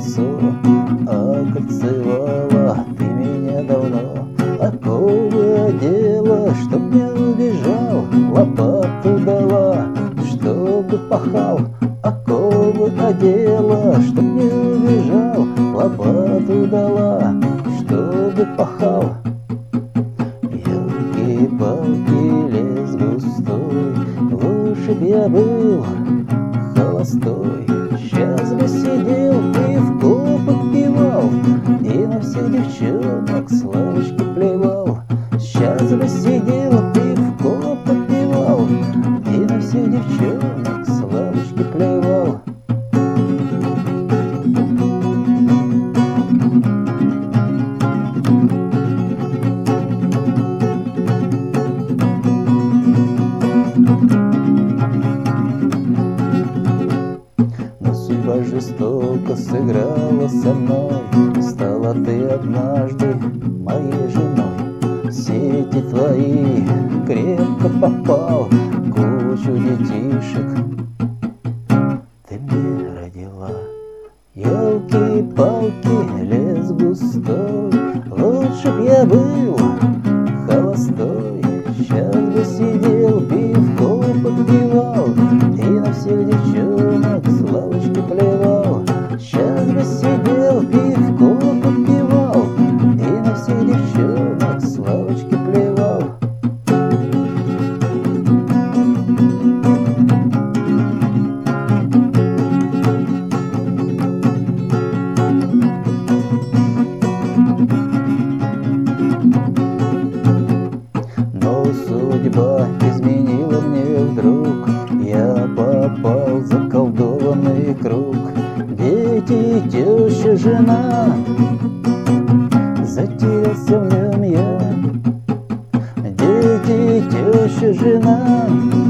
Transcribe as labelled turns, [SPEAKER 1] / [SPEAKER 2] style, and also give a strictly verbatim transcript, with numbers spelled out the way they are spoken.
[SPEAKER 1] лицо, окольцевала ты меня давно. Оковы одела, чтоб не убежал, лопату дала, чтобы пахал. Оковы одела, чтоб не убежал, лопату дала, чтобы пахал. Елки-палки, лес густой, лучше б я был холостой. Сейчас бы сидел, пивко подпевал и на всех девчонок Славочки плевал. Сейчас бы сидел, пивко подпевал и на всех девчонок Славочки плевал. Судьба жестоко сыграла со мной, стала ты однажды моей женой. В сети твои крепко попал, кучу детишек ты мне родила. Елки-палки, лес густой, лучше б я был холостой. Сейчас бы сидел, пивко подпевал и на всех девчонок Славочки плевал. Сейчас бы сидел, пивко подпевал и на всех девчонок Славочки плевал. Но судьба изменила мне вдруг, я попал в заколдованный круг. Дети, теща, жена, затерялся в нем я. Дети, теща, жена,